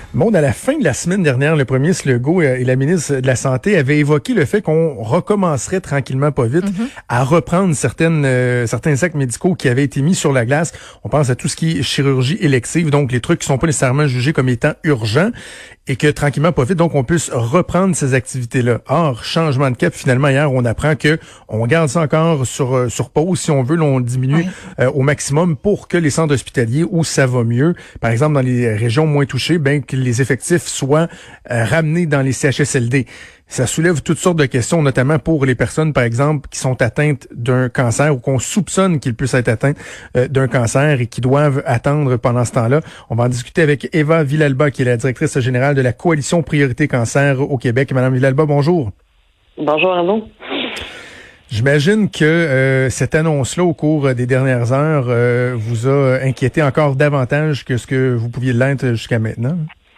Bon, à la fin de la semaine dernière, le premier ministre Legault et la ministre de la Santé avaient évoqué le fait qu'on recommencerait tranquillement, pas vite, à reprendre certains actes médicaux qui avaient été mis sur la glace. On pense à tout ce qui est chirurgie élective, donc les trucs qui sont pas nécessairement jugés comme étant urgents, et que tranquillement, pas vite, donc on puisse reprendre ces activités-là. Or, changement de cap, finalement, hier, on apprend que on garde ça encore sur pause, si on veut, là, on le diminue au maximum pour que les centres hospitaliers où ça va mieux, par exemple dans les régions moins touchées, ben que les effectifs soient ramenés dans les CHSLD. Ça soulève toutes sortes de questions, notamment pour les personnes, par exemple, qui sont atteintes d'un cancer ou qu'on soupçonne qu'ils puissent être atteints d'un cancer et qui doivent attendre pendant ce temps-là. On va en discuter avec Eva Villalba, qui est la directrice générale de la Coalition Priorité Cancer au Québec. Madame Villalba, bonjour. Bonjour à vous. J'imagine que cette annonce-là, au cours des dernières heures, vous a inquiété encore davantage que ce que vous pouviez l'être jusqu'à maintenant.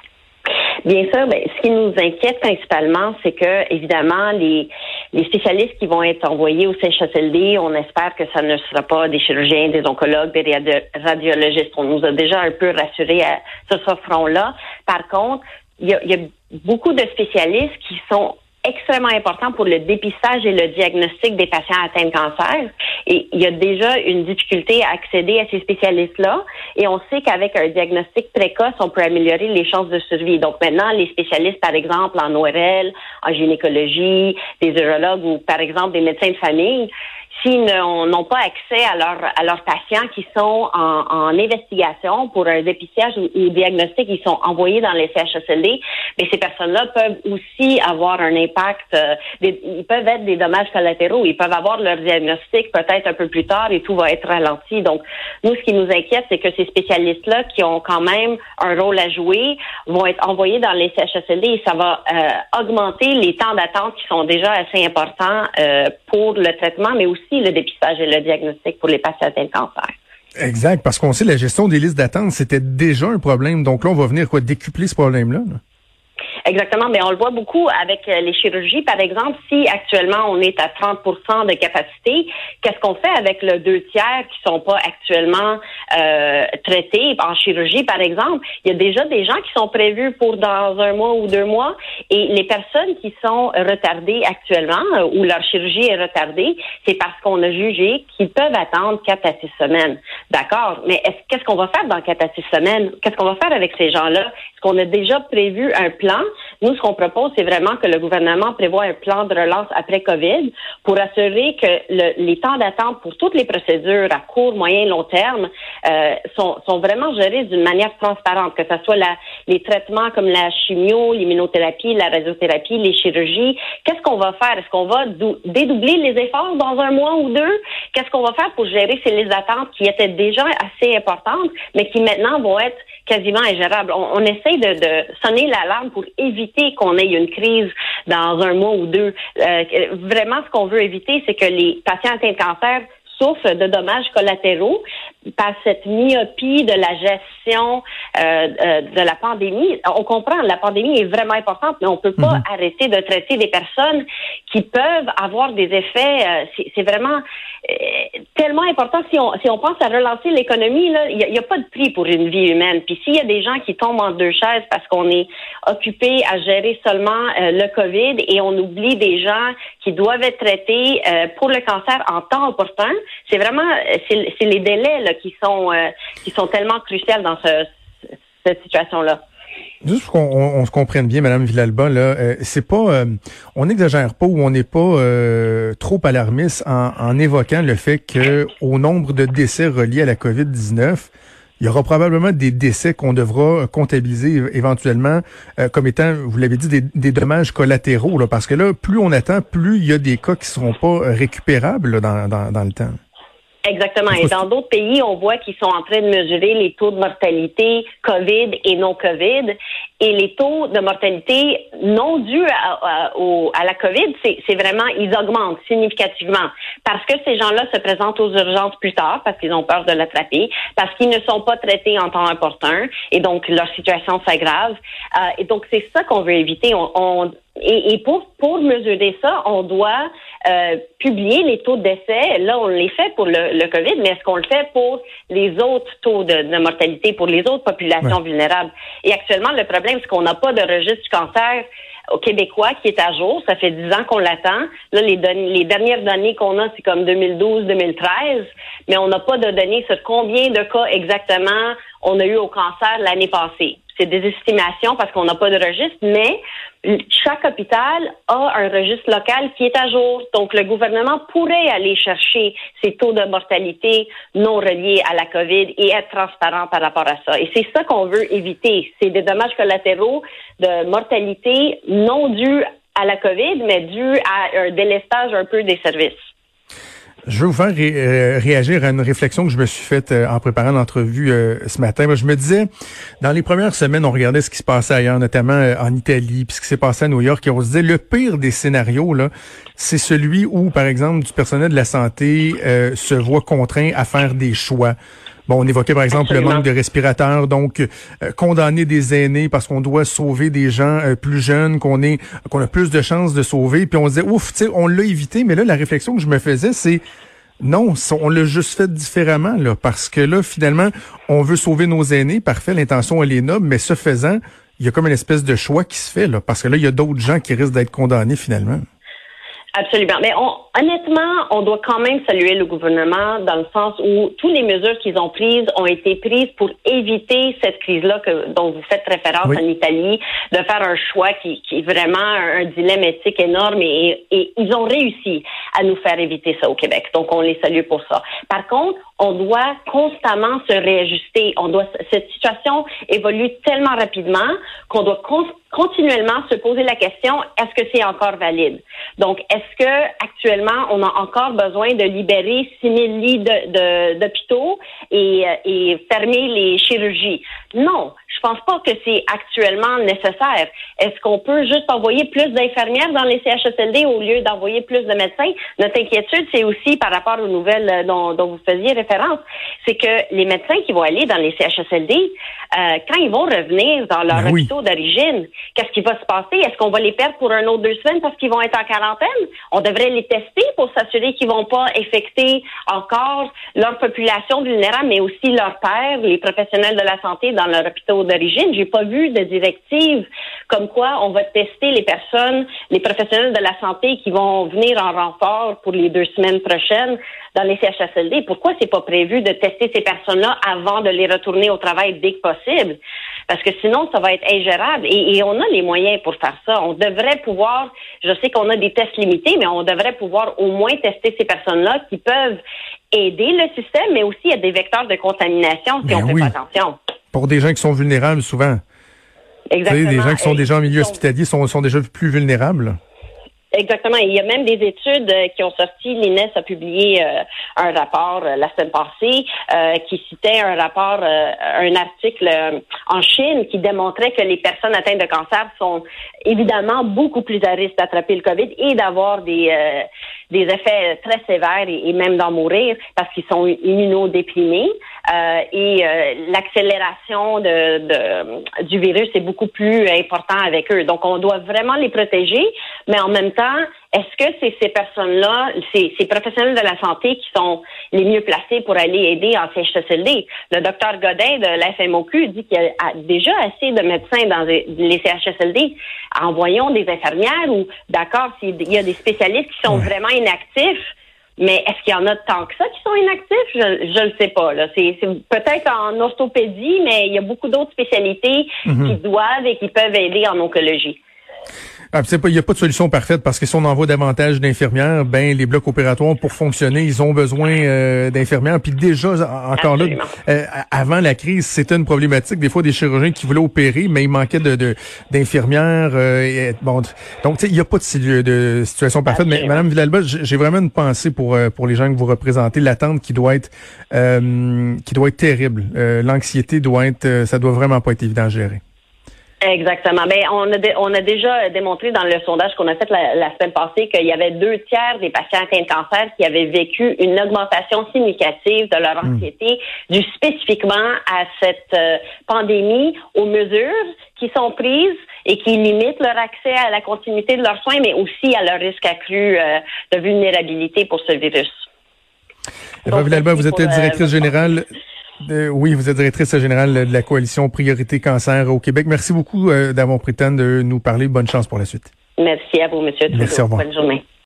Bien sûr, ce qui nous inquiète principalement, c'est que, évidemment, les spécialistes qui vont être envoyés au CHSLD, on espère que ça ne sera pas des chirurgiens, des oncologues, des radiologistes. On nous a déjà un peu rassurés sur ce front-là. Par contre, il y a beaucoup de spécialistes qui sont extrêmement important pour le dépistage et le diagnostic des patients atteints de cancer. Et il y a déjà une difficulté à accéder à ces spécialistes-là. Et on sait qu'avec un diagnostic précoce, on peut améliorer les chances de survie. Donc maintenant, les spécialistes, par exemple, en ORL, en gynécologie, des urologues ou, par exemple, des médecins de famille, s'ils n'ont pas accès à leurs patients qui sont en investigation pour un dépistage ou diagnostic, ils sont envoyés dans les CHSLD, mais ces personnes-là peuvent aussi avoir un impact, ils peuvent être des dommages collatéraux, ils peuvent avoir leur diagnostic peut-être un peu plus tard et tout va être ralenti. Donc, nous, ce qui nous inquiète, c'est que ces spécialistes-là qui ont quand même un rôle à jouer vont être envoyés dans les CHSLD et ça va augmenter les temps d'attente qui sont déjà assez importants pour le traitement, mais aussi le dépistage et le diagnostic pour les patients atteints de cancer. Exact, parce qu'on sait la gestion des listes d'attente, c'était déjà un problème. Donc là, on va venir décupler ce problème-là. Exactement, mais on le voit beaucoup avec les chirurgies. Par exemple, si actuellement on est à 30% de capacité, qu'est-ce qu'on fait avec le 2 tiers qui sont pas actuellement traités en chirurgie, par exemple? Il y a déjà des gens qui sont prévus pour dans 1 mois ou 2 mois et les personnes qui sont retardées actuellement ou leur chirurgie est retardée, c'est parce qu'on a jugé qu'ils peuvent attendre 4 à 6 semaines. D'accord, mais qu'est-ce qu'on va faire dans 4 à 6 semaines? Qu'est-ce qu'on va faire avec ces gens-là? Est-ce qu'on a déjà prévu un plan? Nous, ce qu'on propose, c'est vraiment que le gouvernement prévoit un plan de relance après COVID pour assurer que les temps d'attente pour toutes les procédures à court, moyen, long terme sont vraiment gérés d'une manière transparente, que ce soit les traitements comme la chimio, l'immunothérapie, la radiothérapie, les chirurgies. Qu'est-ce qu'on va faire? Est-ce qu'on va dédoubler les efforts dans 1 mois ou 2? Qu'est-ce qu'on va faire pour gérer ces listes d'attente qui étaient déjà assez importantes, mais qui maintenant vont être quasiment ingérables? On essaie de sonner l'alarme pour éviter qu'on ait une crise dans 1 mois ou 2. Vraiment, ce qu'on veut éviter, c'est que les patients atteints de cancer souffrent de dommages collatéraux par cette myopie de la gestion de la pandémie. On comprend, la pandémie est vraiment importante, mais on peut pas arrêter de traiter des personnes qui peuvent avoir des effets. C'est vraiment tellement important. Si on pense à relancer l'économie, là, il y a pas de prix pour une vie humaine. Puis s'il y a des gens qui tombent en 2 chaises parce qu'on est occupé à gérer seulement le COVID et on oublie des gens qui doivent être traités pour le cancer en temps opportun, c'est vraiment c'est les délais là, qui sont tellement cruciaux dans cette situation-là. Juste pour qu'on se comprenne bien, Madame Villalba, là, c'est pas, on n'exagère pas ou on n'est pas trop alarmiste en évoquant le fait que au nombre de décès reliés à la COVID-19, il y aura probablement des décès qu'on devra comptabiliser éventuellement comme étant, vous l'avez dit, des dommages collatéraux, là, parce que là, plus on attend, plus il y a des cas qui seront pas récupérables là, dans le temps. Exactement. Et dans d'autres pays, on voit qu'ils sont en train de mesurer les taux de mortalité COVID et non COVID. Et les taux de mortalité non dus à la COVID, c'est vraiment, ils augmentent significativement. Parce que ces gens-là se présentent aux urgences plus tard, parce qu'ils ont peur de l'attraper, parce qu'ils ne sont pas traités en temps opportun, et donc leur situation s'aggrave. Et donc, c'est ça qu'on veut éviter. Et pour mesurer ça, on doit publier les taux de décès. Là, on les fait pour le COVID, mais est-ce qu'on le fait pour les autres taux de mortalité, pour les autres populations vulnérables? Et actuellement, le problème, c'est qu'on n'a pas de registre du cancer au Québécois qui est à jour. Ça fait 10 ans qu'on l'attend. Là, les dernières données qu'on a, c'est comme 2012-2013, mais on n'a pas de données sur combien de cas exactement on a eu au cancer l'année passée. C'est des estimations parce qu'on n'a pas de registre, mais chaque hôpital a un registre local qui est à jour. Donc, le gouvernement pourrait aller chercher ces taux de mortalité non reliés à la COVID et être transparent par rapport à ça. Et c'est ça qu'on veut éviter. C'est des dommages collatéraux de mortalité non dus à la COVID, mais dus à un délestage un peu des services. Je veux vous faire réagir à une réflexion que je me suis faite en préparant l'entrevue ce matin. Moi, je me disais, dans les premières semaines, on regardait ce qui se passait ailleurs, notamment en Italie, puis ce qui s'est passé à New York, et on se disait, le pire des scénarios, là, c'est celui où, par exemple, du personnel de la santé se voit contraint à faire des choix. Bon, on évoquait par exemple le manque de respirateurs, donc condamner des aînés parce qu'on doit sauver des gens plus jeunes qu'on a plus de chances de sauver. Puis on se disait, ouf, tu sais, on l'a évité. Mais là, la réflexion que je me faisais, c'est non, on l'a juste fait différemment, là, parce que là, finalement, on veut sauver nos aînés. Parfait, l'intention, elle est noble, mais ce faisant, il y a comme une espèce de choix qui se fait, là, parce que là, il y a d'autres gens qui risquent d'être condamnés finalement. Absolument. Mais honnêtement, on doit quand même saluer le gouvernement dans le sens où toutes les mesures qu'ils ont prises ont été prises pour éviter cette crise-là dont vous faites référence en Italie, de faire un choix qui est vraiment un dilemme éthique énorme et ils ont réussi à nous faire éviter ça au Québec. Donc, on les salue pour ça. Par contre, on doit constamment se réajuster. Cette situation évolue tellement rapidement qu'on doit continuellement se poser la question, est-ce que c'est encore valide? Donc, est-ce que actuellement on a encore besoin de libérer 6 000 lits d'hôpitaux et fermer les chirurgies? Non. Je pense pas que c'est actuellement nécessaire. Est-ce qu'on peut juste envoyer plus d'infirmières dans les CHSLD au lieu d'envoyer plus de médecins? Notre inquiétude, c'est aussi par rapport aux nouvelles dont vous faisiez référence, c'est que les médecins qui vont aller dans les CHSLD, quand ils vont revenir dans leur hôpitaux d'origine, qu'est-ce qui va se passer? Est-ce qu'on va les perdre pour un autre 2 semaines parce qu'ils vont être en quarantaine? On devrait les tester pour s'assurer qu'ils vont pas infecter encore leur population vulnérable, mais aussi leurs pairs, les professionnels de la santé dans leur hôpitaux d'origine. J'ai pas vu de directive comme quoi on va tester les personnes, les professionnels de la santé qui vont venir en renfort pour les 2 semaines prochaines dans les CHSLD. Pourquoi c'est pas prévu de tester ces personnes-là avant de les retourner au travail dès que possible? Parce que sinon, ça va être ingérable. Et on a les moyens pour faire ça. On devrait pouvoir, je sais qu'on a des tests limités, mais on devrait pouvoir au moins tester ces personnes-là qui peuvent aider le système, mais aussi il y a des vecteurs de contamination si on fait pas attention. Pour des gens qui sont vulnérables, souvent. Exactement. Vous savez, des gens qui sont déjà en milieu hospitalier sont déjà plus vulnérables. Exactement. Il y a même des études qui ont sorti. L'INES a publié un rapport la semaine passée qui citait un article en Chine qui démontrait que les personnes atteintes de cancer sont évidemment beaucoup plus à risque d'attraper le COVID et d'avoir des effets très sévères et même d'en mourir parce qu'ils sont immunodéprimés. Et l'accélération du virus est beaucoup plus important avec eux. Donc, on doit vraiment les protéger, mais en même temps, est-ce que c'est ces personnes-là, ces professionnels de la santé qui sont les mieux placés pour aller aider en CHSLD? Le docteur Godin de la FMOQ dit qu'il y a déjà assez de médecins dans les CHSLD. Envoyons des infirmières ou, d'accord, s'il y a des spécialistes qui sont vraiment inactifs, mais est-ce qu'il y en a tant que ça qui sont inactifs? Je le sais pas. Là. C'est peut-être en orthopédie, mais il y a beaucoup d'autres spécialités qui doivent et qui peuvent aider en oncologie. Il n'y a pas de solution parfaite parce que si on envoie davantage d'infirmières, les blocs opératoires pour fonctionner, ils ont besoin d'infirmières. Puis déjà, encore Absolument. Là, avant la crise, c'était une problématique. Des fois, des chirurgiens qui voulaient opérer, mais il manquait d'infirmières. Donc, il n'y a pas de situation parfaite. Absolument. Mais Madame Villalba, j'ai vraiment une pensée pour les gens que vous représentez. L'attente qui doit être terrible. L'anxiété ça doit vraiment pas être évident à gérer. Exactement. Mais on a déjà démontré dans le sondage qu'on a fait la semaine passée qu'il y avait 2/3 des patients atteints de cancer qui avaient vécu une augmentation significative de leur anxiété due spécifiquement à cette pandémie, aux mesures qui sont prises et qui limitent leur accès à la continuité de leurs soins, mais aussi à leur risque accru de vulnérabilité pour ce virus. Eva Villalba, vous êtes directrice générale. Oui, vous êtes directrice générale de la coalition Priorité Cancer au Québec. Merci beaucoup d'avoir pris le temps de nous parler. Bonne chance pour la suite. Merci à vous, M. Trudeau. Merci, au revoir. Bonne journée.